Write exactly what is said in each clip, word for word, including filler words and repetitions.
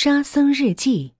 沙僧日记。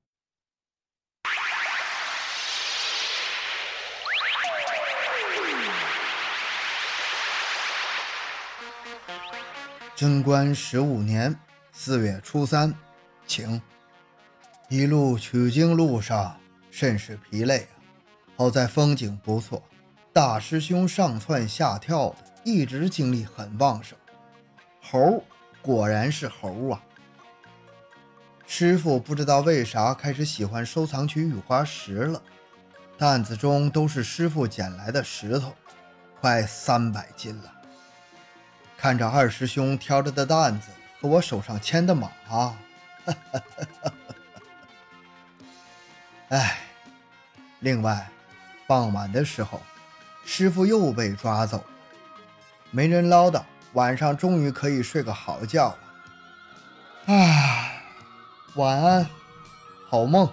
贞观十五年四月初三，晴。一路取经路上甚是疲累啊，好在风景不错，大师兄上蹿下跳的，一直精力很旺盛。猴果然是猴啊！师傅不知道为啥开始喜欢收藏起雨花石了，担子中都是师傅捡来的石头，快三百斤了。看着二师兄挑着的担子和我手上牵的马，哎，另外傍晚的时候，师傅又被抓走了，没人唠叨，晚上终于可以睡个好觉了。唉，晚安，好梦。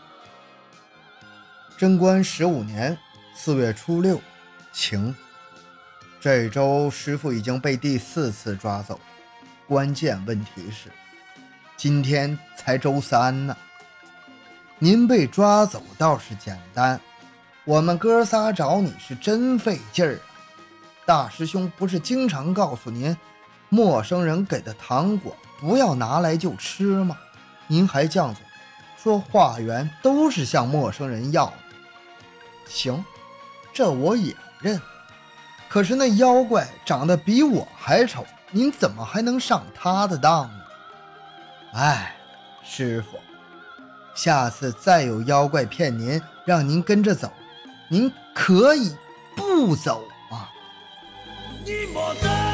贞观十五年四月初六，晴。这周师傅已经被第四次抓走，关键问题是今天才周三呢。您被抓走倒是简单，我们哥仨找你是真费劲儿啊。大师兄不是经常告诉您，陌生人给的糖果不要拿来就吃吗？您还犟嘴说化缘都是向陌生人要的。行，这我也认，可是那妖怪长得比我还丑，您怎么还能上他的当呢？哎，师傅，下次再有妖怪骗您让您跟着走，您可以不走吗？你莫走。